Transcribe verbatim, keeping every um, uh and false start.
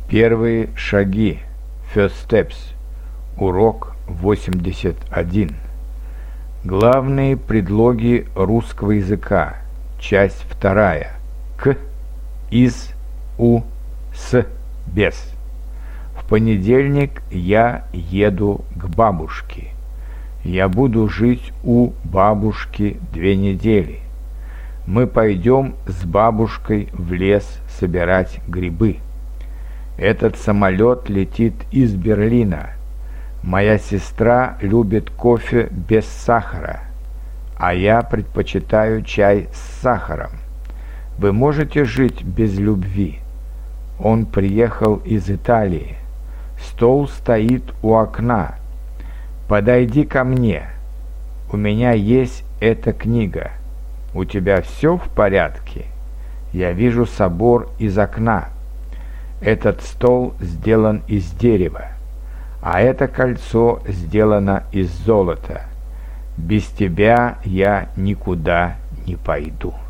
Первые шаги. First steps. Урок восемьдесят один. Главные предлоги русского языка. Часть вторая. К, из, у, с, без. В понедельник я еду к бабушке. Я буду жить у бабушки две недели. Мы пойдем с бабушкой в лес собирать грибы. Этот самолет летит из Берлина. Моя сестра любит кофе без сахара, а я предпочитаю чай с сахаром. Вы можете жить без любви? Он приехал из Италии. Стол стоит у окна. Подойди ко мне. У меня есть эта книга. У тебя все в порядке? Я вижу собор из окна. Этот стол сделан из дерева, а это кольцо сделано из золота. Без тебя я никуда не пойду.